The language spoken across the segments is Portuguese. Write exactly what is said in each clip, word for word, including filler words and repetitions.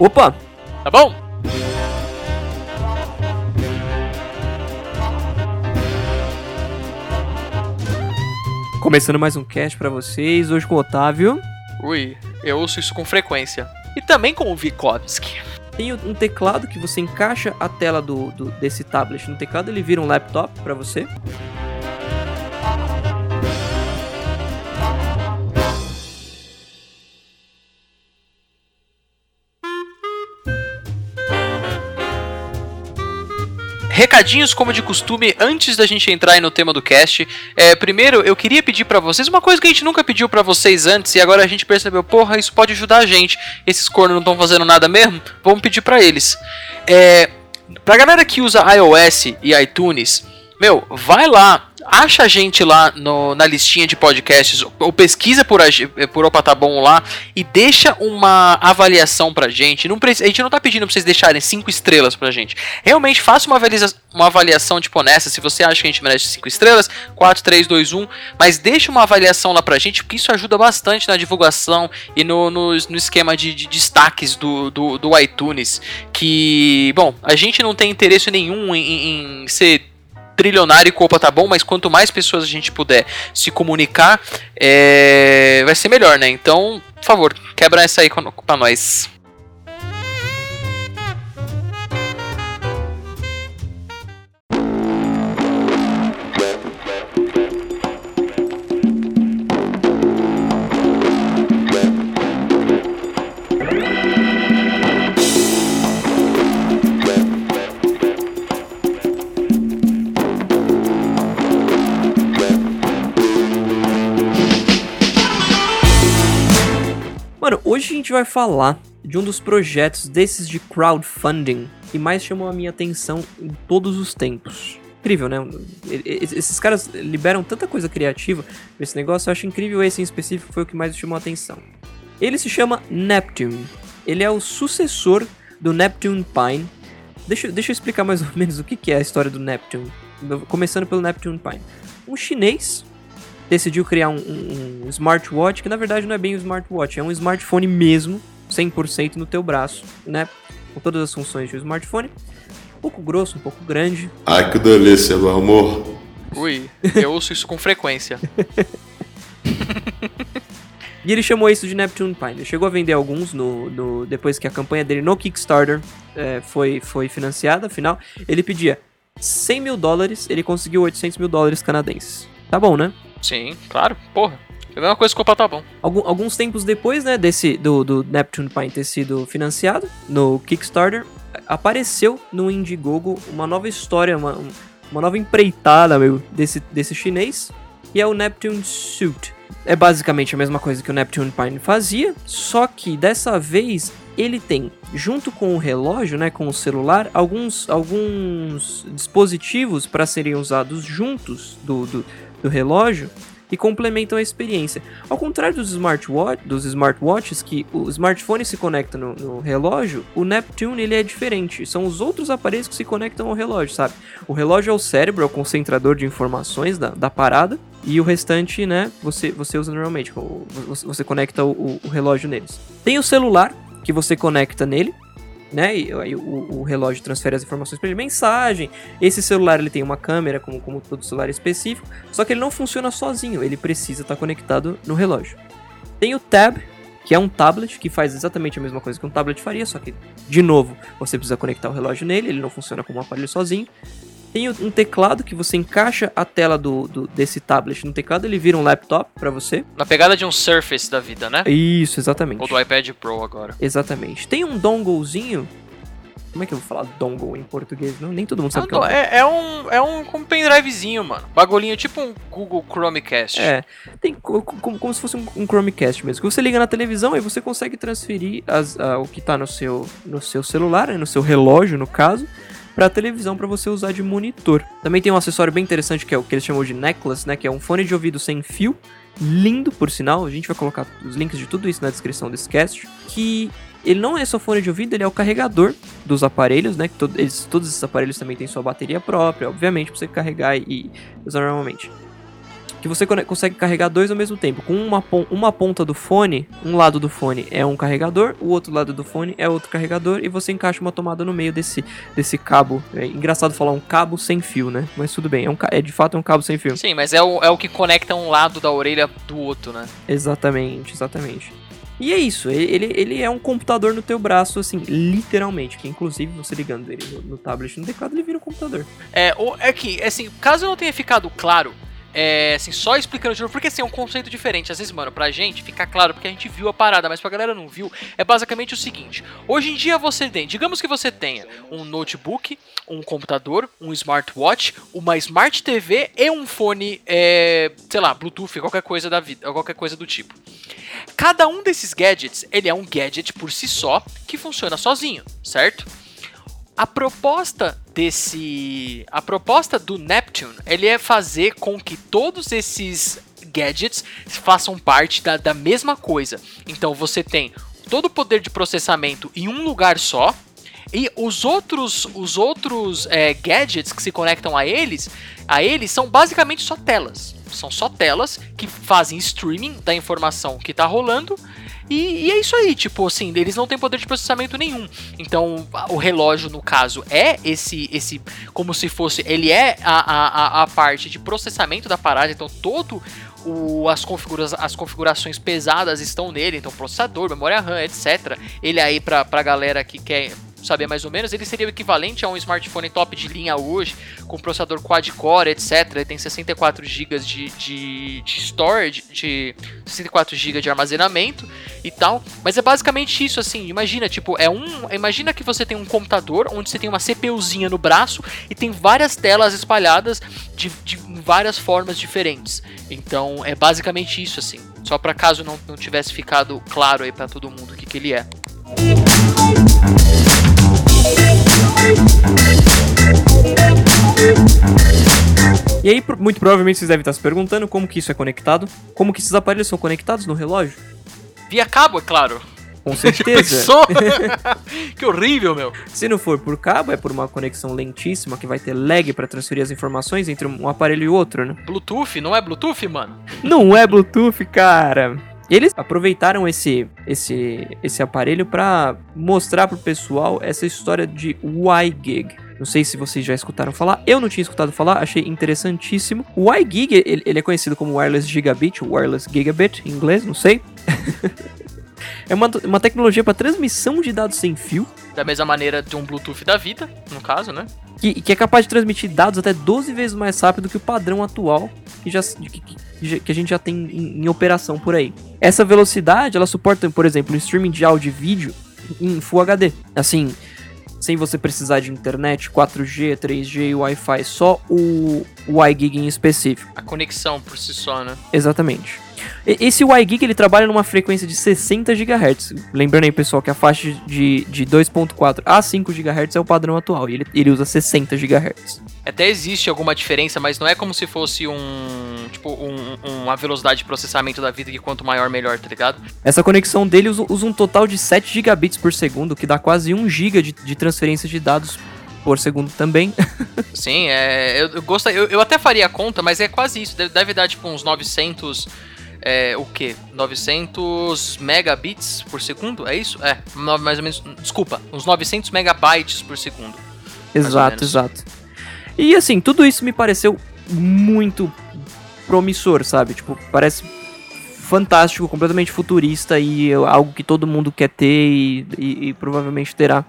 Opa! Tá bom? Começando mais um cast pra vocês, hoje com o Otávio. Ui, eu ouço isso com frequência. E também com o Vikovski. Tem um teclado que você encaixa a tela do, do, desse tablet no teclado, ele vira um laptop pra você. Recadinhos como de costume, antes da gente entrar aí no tema do cast. É, primeiro, eu queria pedir pra vocês uma coisa que a gente nunca pediu pra vocês antes e agora a gente percebeu, porra, isso pode ajudar a gente. Esses cornos não estão fazendo nada mesmo? Vamos pedir pra eles. É, pra galera que usa iOS e iTunes, meu, vai lá, acha a gente lá no, na listinha de podcasts, ou pesquisa por, por Opa Tá Bom lá e deixa uma avaliação pra gente. Não, a gente não tá pedindo pra vocês deixarem cinco estrelas pra gente. Realmente, faça uma, avalia, uma avaliação tipo honesta. Se você acha que a gente merece cinco estrelas, quatro, três, dois, um. Mas deixa uma avaliação lá pra gente, porque isso ajuda bastante na divulgação e no, no, no esquema de, de destaques do, do, do iTunes. Que, bom, a gente não tem interesse nenhum em, em ser trilionário e Opa Tá Bom, mas quanto mais pessoas a gente puder se comunicar, é... vai ser melhor, né? Então, por favor, quebra essa aí pra nós. Mano, hoje a gente vai falar de um dos projetos desses de crowdfunding que mais chamou a minha atenção em todos os tempos. Incrível, né? Esses caras liberam tanta coisa criativa pra esse negócio, eu acho incrível. Esse em específico foi o que mais chamou a atenção. Ele se chama Neptune. Ele é o sucessor do Neptune Pine. Deixa, deixa eu explicar mais ou menos o que é a história do Neptune. Começando pelo Neptune Pine. Um chinês decidiu criar um, um, um smartwatch, que na verdade não é bem um smartwatch, é um smartphone mesmo, cem por cento no teu braço, né? Com todas as funções de um smartphone. Um pouco grosso, um pouco grande. Ai, que delícia, meu amor. Ui, eu ouço isso com frequência. E ele chamou isso de Neptune Pine. Ele chegou a vender alguns no, no, depois que a campanha dele no Kickstarter é, foi, foi financiada, afinal. Ele pedia cem mil dólares, ele conseguiu oitocentos mil dólares canadenses. Tá bom, né? Sim, claro, porra. É a mesma coisa que o Opa Tá Bom. Algum, alguns tempos depois, né, desse, do, do Neptune Pine ter sido financiado no Kickstarter, apareceu no Indiegogo uma nova história, uma, uma nova empreitada, meu, desse, desse chinês, que é o Neptune Suit. É basicamente a mesma coisa que o Neptune Pine fazia, só que dessa vez ele tem, junto com o relógio, né, com o celular, alguns, alguns dispositivos para serem usados juntos do, do, do relógio e complementam a experiência. Ao contrário dos, smartwatch, dos smartwatches, que o smartphone se conecta no, no relógio, o Neptune ele é diferente. São os outros aparelhos que se conectam ao relógio, sabe? O relógio é o cérebro, é o concentrador de informações da, da parada, e o restante, né, você, você usa normalmente, você, você conecta o, o relógio neles. Tem o celular, que você conecta nele, né, e aí o, o relógio transfere as informações para ele, mensagem. Esse celular ele tem uma câmera, como, como todo celular específico, só que ele não funciona sozinho, ele precisa estar conectado no relógio. Tem o Tab, que é um tablet que faz exatamente a mesma coisa que um tablet faria, só que, de novo, você precisa conectar o relógio nele, ele não funciona como um aparelho sozinho. Tem um teclado que você encaixa a tela do, do, desse tablet no teclado, ele vira um laptop pra você. Na pegada de um Surface da vida, né? Isso, exatamente. Ou do iPad Pro agora. Exatamente. Tem um donglezinho. Como é que eu vou falar dongle em português? Não, nem todo mundo sabe o que não, é. É um, é um, um pendrivezinho, mano. Bagulhinho tipo um Google Chromecast. É, tem como, como se fosse um, um Chromecast mesmo. Que você liga na televisão e você consegue transferir as, a, o que tá no seu, no seu celular, né, no seu relógio, no caso, pra televisão pra você usar de monitor. Também tem um acessório bem interessante que é o que eles chamam de necklace, né? Que é um fone de ouvido sem fio, lindo por sinal. A gente vai colocar os links de tudo isso na descrição desse cast. Que ele não é só fone de ouvido, ele é o carregador dos aparelhos, né? Que todo, eles, todos esses aparelhos também têm sua bateria própria, obviamente, pra você carregar e usar normalmente. que você consegue carregar dois ao mesmo tempo. Com uma, uma ponta do fone, um lado do fone é um carregador, o outro lado do fone é outro carregador, e você encaixa uma tomada no meio desse, desse cabo. É engraçado falar um cabo sem fio, né? Mas tudo bem, é, um, é de fato um cabo sem fio. Sim, mas é o, é o que conecta um lado da orelha do outro, né? Exatamente, exatamente. E é isso, ele, ele é um computador no teu braço, assim, literalmente. Que inclusive, você ligando ele no, no tablet, no teclado, ele vira um computador. É, ou, é que, assim, caso não tenha ficado claro, é, assim, só explicando de novo, porque assim, é um conceito diferente. Às vezes, mano, pra gente fica claro porque a gente viu a parada, mas pra galera não viu, é basicamente o seguinte. Hoje em dia você tem, digamos que você tenha um notebook, um computador, um smartwatch, uma Smart T V e um fone, é, sei lá, Bluetooth, qualquer coisa da vida, qualquer coisa do tipo. Cada um desses gadgets, ele é um gadget por si só, que funciona sozinho, certo? A proposta desse... A proposta do Neptune, ele é fazer com que todos esses gadgets façam parte da, da mesma coisa. Então você tem todo o poder de processamento em um lugar só, e os outros, os outros é, gadgets que se conectam a eles, a eles são basicamente só telas. São só telas que fazem streaming da informação que tá rolando. E, e é isso aí, tipo assim, eles não têm poder de processamento nenhum. Então, o relógio, no caso, é esse, esse como se fosse, ele é a, a, a parte de processamento da parada. Então, todo o, as, configura, as configurações pesadas estão nele. Então, processador, memória RAM, etcétera. Ele aí, pra, pra galera que quer saber mais ou menos, ele seria o equivalente a um smartphone top de linha hoje, com processador quad-core, etcétera. Ele tem sessenta e quatro gigas de, de, de storage, de sessenta e quatro gigas de armazenamento e tal. Mas é basicamente isso, assim, imagina, tipo, é um, imagina que você tem um computador onde você tem uma CPUzinha no braço e tem várias telas espalhadas de, de várias formas diferentes. Então, é basicamente isso, assim. Só para caso não, não tivesse ficado claro aí para todo mundo o que, que ele é. E aí, muito provavelmente vocês devem estar se perguntando como que isso é conectado, como que esses aparelhos são conectados no relógio. Via cabo, é claro. Com certeza. Que horrível, meu. Se não for por cabo, é por uma conexão lentíssima que vai ter lag para transferir as informações entre um aparelho e outro, né? Bluetooth? Não é Bluetooth, mano? Não é Bluetooth, cara. Eles aproveitaram esse, esse, esse aparelho para mostrar pro pessoal essa história de Y-Gig. Não sei se vocês já escutaram falar. Eu não tinha escutado falar, achei interessantíssimo. O Y-Gig, ele, ele é conhecido como Wireless Gigabit, Wireless Gigabit em inglês, não sei. É uma, uma tecnologia para transmissão de dados sem fio. Da mesma maneira de um Bluetooth da vida, no caso, né? Que, que é capaz de transmitir dados até doze vezes mais rápido que o padrão atual que, já, que, que, que a gente já tem em, em operação por aí. Essa velocidade, ela suporta, por exemplo, um streaming de áudio e vídeo em Full H D. Assim, sem você precisar de internet, quatro G, três G e Wi-Fi, só o Y-Gig em específico. A conexão por si só, né? Exatamente. Esse Y-Gig, ele trabalha numa frequência de sessenta gigahertz. Lembrando aí, pessoal, que a faixa de, de dois ponto quatro a cinco gigahertz é o padrão atual. E ele, ele usa sessenta gigahertz. Até existe alguma diferença, mas não é como se fosse um... Tipo, um, uma velocidade de processamento da vida que quanto maior, melhor, tá ligado? Essa conexão dele usa, usa um total de sete gigabits por segundo, que dá quase um giga de, de transferência de dados por segundo também. Sim, é... Eu, eu, gosto, eu, eu até faria a conta, mas é quase isso. Deve, deve dar, tipo, uns novecentos... É, o que? novecentos megabits por segundo? É isso? É, mais ou menos. Desculpa, uns novecentos megabytes por segundo. Exato, exato. E assim, tudo isso me pareceu muito promissor, sabe? Tipo, parece fantástico, completamente futurista e algo que todo mundo quer ter e, e, e provavelmente terá.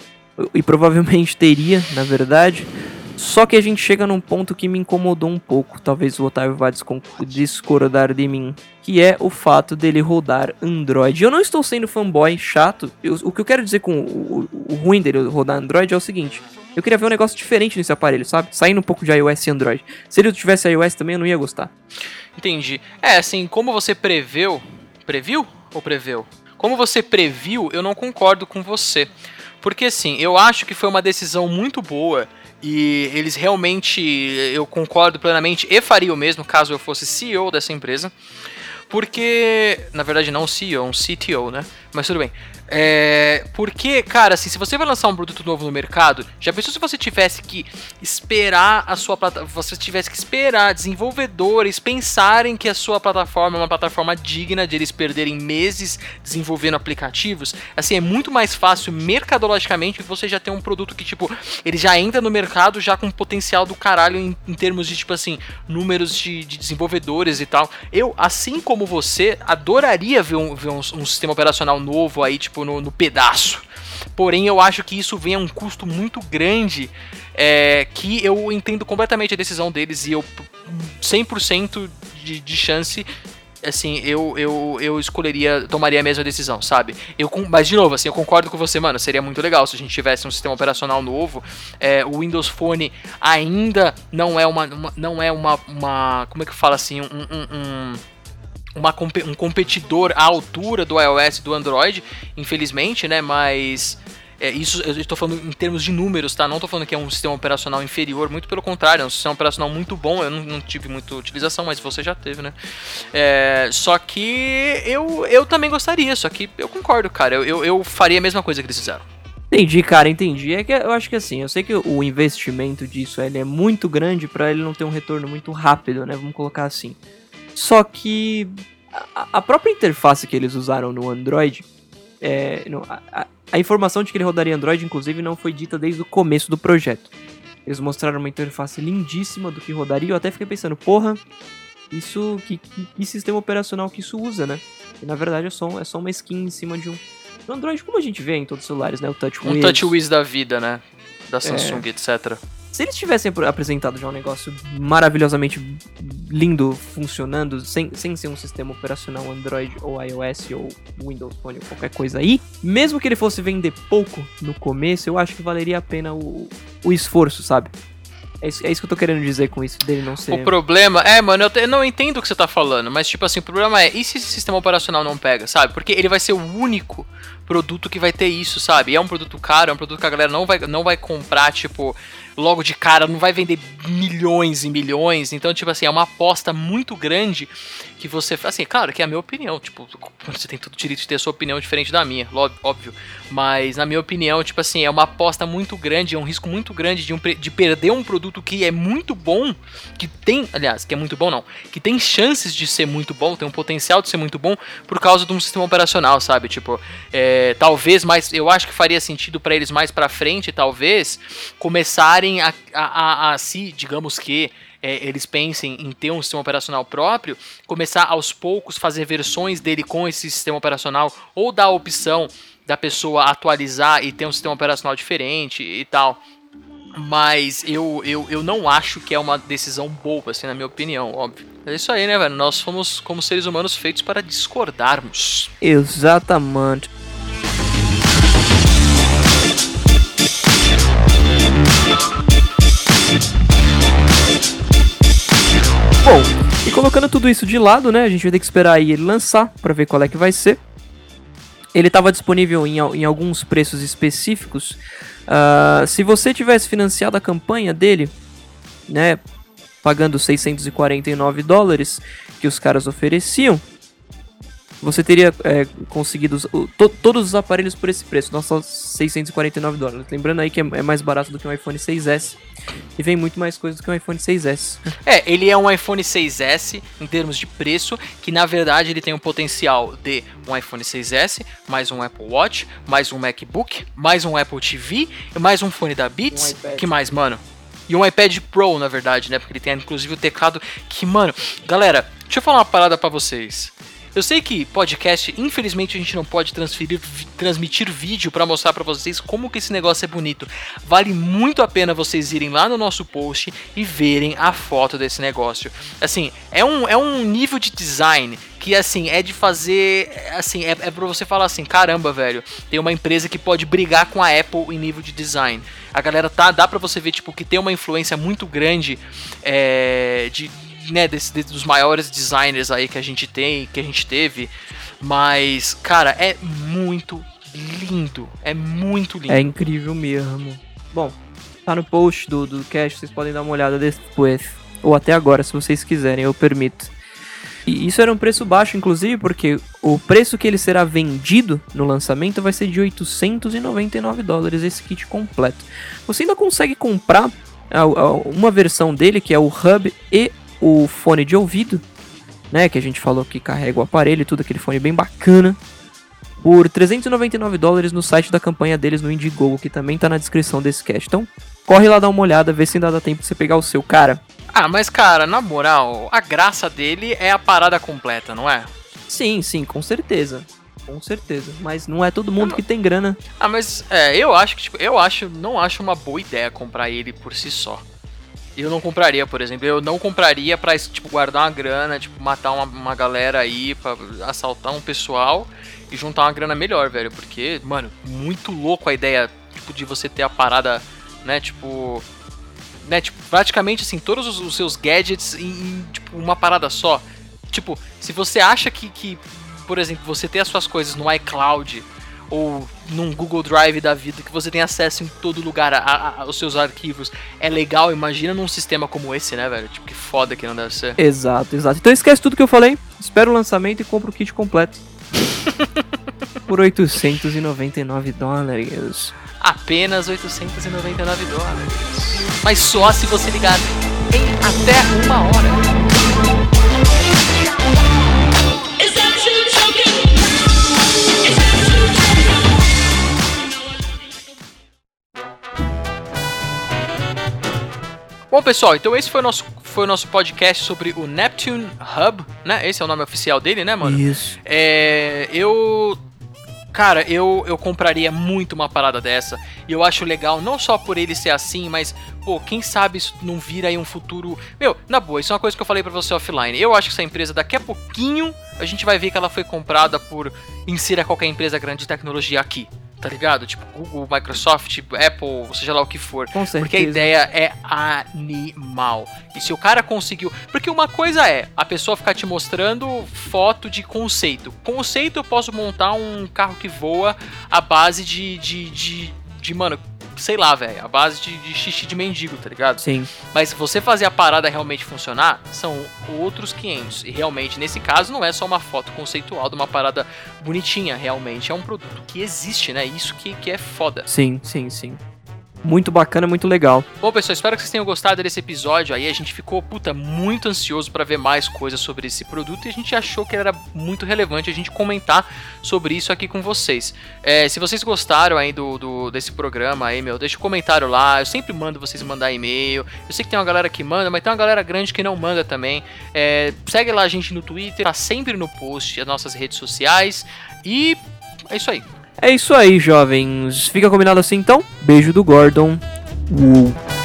E provavelmente teria, na verdade. Só que a gente chega num ponto que me incomodou um pouco, talvez o Otávio vá discordar de mim, que é o fato dele rodar Android. Eu não estou sendo fanboy chato, eu, o que eu quero dizer com o, o, o ruim dele rodar Android é o seguinte: eu queria ver um negócio diferente nesse aparelho, sabe? Saindo um pouco de iOS e Android. Se ele tivesse iOS também eu não ia gostar. Entendi. É, assim, como você preveu... Previu ou preveu? Como você previu, eu não concordo com você. Porque assim, eu acho que foi uma decisão muito boa... E eles realmente, eu concordo plenamente, e faria o mesmo caso eu fosse C E O dessa empresa. Porque, na verdade não C E O, um C T O, né? Mas tudo bem. É, porque, cara, assim, se você vai lançar um produto novo no mercado, já pensou se você tivesse que esperar a sua plataforma, você tivesse que esperar desenvolvedores pensarem que a sua plataforma é uma plataforma digna de eles perderem meses desenvolvendo aplicativos? Assim, é muito mais fácil mercadologicamente você já ter um produto que, tipo, ele já entra no mercado já com potencial do caralho em, em termos de, tipo assim, números de, de desenvolvedores e tal. Eu, assim como você, adoraria ver um, ver um, um sistema operacional novo aí, tipo, No, no pedaço. Porém, eu acho que isso vem a um custo muito grande, é, que eu entendo completamente a decisão deles e eu cem por cento de, de chance, assim, eu, eu, eu escolheria, tomaria a mesma decisão, sabe? Eu, mas, de novo, assim, eu concordo com você, mano, seria muito legal se a gente tivesse um sistema operacional novo. É, o Windows Phone ainda não é uma, uma não é uma, uma, como é que fala assim, um... um, um Uma, um competidor à altura do iOS e do Android, infelizmente, né, mas é, isso eu estou falando em termos de números, tá, não estou falando que é um sistema operacional inferior, muito pelo contrário, é um sistema operacional muito bom, eu não, não tive muita utilização, mas você já teve, né, é, só que eu, eu também gostaria, só que eu concordo, cara, eu, eu, eu faria a mesma coisa que eles fizeram. Entendi, cara, entendi. É que eu acho que assim, eu sei que o investimento disso ele é muito grande pra ele não ter um retorno muito rápido, né, vamos colocar assim. Só que a, a própria interface que eles usaram no Android, é, no, a, a informação de que ele rodaria Android, inclusive, não foi dita desde o começo do projeto. Eles mostraram uma interface lindíssima do que rodaria, eu até fiquei pensando, porra, isso, que, que, que sistema operacional que isso usa, né? E na verdade é só, é só uma skin em cima de um, um Android, como a gente vê em todos os celulares, né? O TouchWiz. Um TouchWiz da vida, né? Da Samsung, é... etcétera. Se eles tivessem apresentado já um negócio maravilhosamente lindo, funcionando, sem, sem ser um sistema operacional Android ou iOS ou Windows Phone ou qualquer coisa aí, mesmo que ele fosse vender pouco no começo, eu acho que valeria a pena o, o esforço, sabe? É isso, é isso que eu tô querendo dizer com isso, dele não ser... O problema... É, mano, eu, te, eu não entendo o que você tá falando, mas, tipo assim, o problema é, e se esse sistema operacional não pega, sabe? Porque ele vai ser o único produto que vai ter isso, sabe? E é um produto caro, é um produto que a galera não vai, não vai comprar, tipo... logo de cara, não vai vender milhões e milhões, então, tipo assim, é uma aposta muito grande que você, assim, claro que é a minha opinião, tipo, você tem todo o direito de ter a sua opinião diferente da minha, óbvio, mas na minha opinião, tipo assim, é uma aposta muito grande, é um risco muito grande de, um, de perder um produto que é muito bom, que tem, aliás, que é muito bom não, que tem chances de ser muito bom, tem um potencial de ser muito bom, por causa de um sistema operacional, sabe, tipo, é, talvez mais, eu acho que faria sentido pra eles mais pra frente, talvez, começarem A, a, a, a se, digamos que é, eles pensem em ter um sistema operacional próprio, começar aos poucos fazer versões dele com esse sistema operacional, ou dar a opção da pessoa atualizar e ter um sistema operacional diferente e tal. Mas eu, eu, eu não acho que é uma decisão boa, assim, na minha opinião, óbvio. É isso aí, né, velho? Nós fomos, como seres humanos, feitos para discordarmos. Exatamente. Bom, e colocando tudo isso de lado, né, a gente vai ter que esperar aí ele lançar pra ver qual é que vai ser. Ele estava disponível em, em alguns preços específicos. Uh, se você tivesse financiado a campanha dele, né, pagando seiscentos e quarenta e nove dólares que os caras ofereciam, você teria é, conseguido os, o, to, todos os aparelhos por esse preço, não só seiscentos e quarenta e nove dólares. Lembrando aí que é, é mais barato do que um iPhone seis S. E vem muito mais coisa do que um iPhone seis S. É, ele é um iPhone seis S em termos de preço, que na verdade ele tem o potencial de um iPhone seis S, mais um Apple Watch, mais um MacBook, mais um Apple T V, mais um fone da Beats, um que mais, mano? E um iPad Pro, na verdade, né? Porque ele tem inclusive o teclado que, mano... Galera, deixa eu falar uma parada pra vocês. Eu sei que podcast, infelizmente a gente não pode transferir, transmitir vídeo pra mostrar pra vocês como que esse negócio é bonito. Vale muito a pena vocês irem lá no nosso post e verem a foto desse negócio. Assim, é um, é um nível de design que, assim, é de fazer, assim, é, é pra você falar assim, caramba, velho, tem uma empresa que pode brigar com a Apple em nível de design. A galera tá, dá pra você ver, tipo, que tem uma influência muito grande é, de... né, desse, desse, dos maiores designers aí que a gente tem, que a gente teve, mas, cara, é muito lindo, é muito lindo. É incrível mesmo. Bom, tá no post do, do cast, vocês podem dar uma olhada depois, ou até agora, se vocês quiserem, eu permito. E isso era um preço baixo, inclusive, porque o preço que ele será vendido no lançamento vai ser de oitocentos e noventa e nove dólares esse kit completo. Você ainda consegue comprar a, a, uma versão dele, que é o hub e o fone de ouvido, né, que a gente falou que carrega o aparelho e tudo, aquele fone bem bacana, por trezentos e noventa e nove dólares no site da campanha deles no Indiegogo, que também tá na descrição desse cast. Então, corre lá dar uma olhada, vê se ainda dá tempo de você pegar o seu, cara. Ah, mas cara, na moral, a graça dele é a parada completa, não é? Sim, sim, com certeza. Com certeza. Mas não é todo mundo não... que tem grana. Ah, mas é, eu acho que, tipo, eu acho, não acho uma boa ideia comprar ele por si só. Eu não compraria, por exemplo, eu não compraria pra, tipo, guardar uma grana, tipo, matar uma, uma galera aí, pra assaltar um pessoal e juntar uma grana melhor, velho. Porque, mano, muito louco a ideia, tipo, de você ter a parada, né, tipo... Né, tipo, praticamente, assim, todos os, os seus gadgets em, em, tipo, uma parada só. Tipo, se você acha que, que, por exemplo, você ter as suas coisas no iCloud ou num Google Drive da vida, que você tem acesso em todo lugar a, a, aos seus arquivos, é legal, imagina num sistema como esse, né, velho? Tipo, que foda que não deve ser. Exato, exato. Então esquece tudo que eu falei, espera o lançamento e compra o kit completo. Por oitocentos e noventa e nove dólares. Apenas oitocentos e noventa e nove dólares. Mas só se você ligar em até uma hora. Bom, pessoal, então esse foi o nosso, foi o nosso podcast sobre o Neptune Hub, né? Esse é o nome oficial dele, né, mano? Isso. É, eu... Cara, eu, eu compraria muito uma parada dessa. E eu acho legal, não só por ele ser assim, mas, pô, quem sabe isso não vira aí um futuro... Meu, na boa, isso é uma coisa que eu falei pra você offline. Eu acho que essa empresa, daqui a pouquinho, a gente vai ver que ela foi comprada por... Insira qualquer empresa grande de tecnologia aqui. Tá ligado? Tipo, Google, Microsoft, Apple, seja lá o que for. Com certeza. Porque a ideia é animal. E se o cara conseguiu... Porque uma coisa é a pessoa ficar te mostrando foto de conceito. Conceito, eu posso montar um carro que voa à base de... de, de, de mano, sei lá, velho. À base de, de xixi de mendigo, tá ligado? Sim. Mas você fazer a parada realmente funcionar, são outros quinhentos. E realmente, nesse caso, não é só uma foto conceitual de uma parada bonitinha. Realmente é um produto que existe, né? Isso que, que é foda. Sim, sim, sim. Muito bacana, muito legal. Bom, pessoal, espero que vocês tenham gostado desse episódio aí. A gente ficou, puta, muito ansioso pra ver mais coisas sobre esse produto e a gente achou que era muito relevante a gente comentar sobre isso aqui com vocês. É, se vocês gostaram aí do, do, desse programa aí, meu, deixa um comentário lá. Eu sempre mando vocês mandar e-mail. Eu sei que tem uma galera que manda, mas tem uma galera grande que não manda também. É, segue lá a gente no Twitter, tá sempre no post, as nossas redes sociais. E é isso aí. É isso aí, jovens. Fica combinado assim então? Beijo do Gordon. Uou.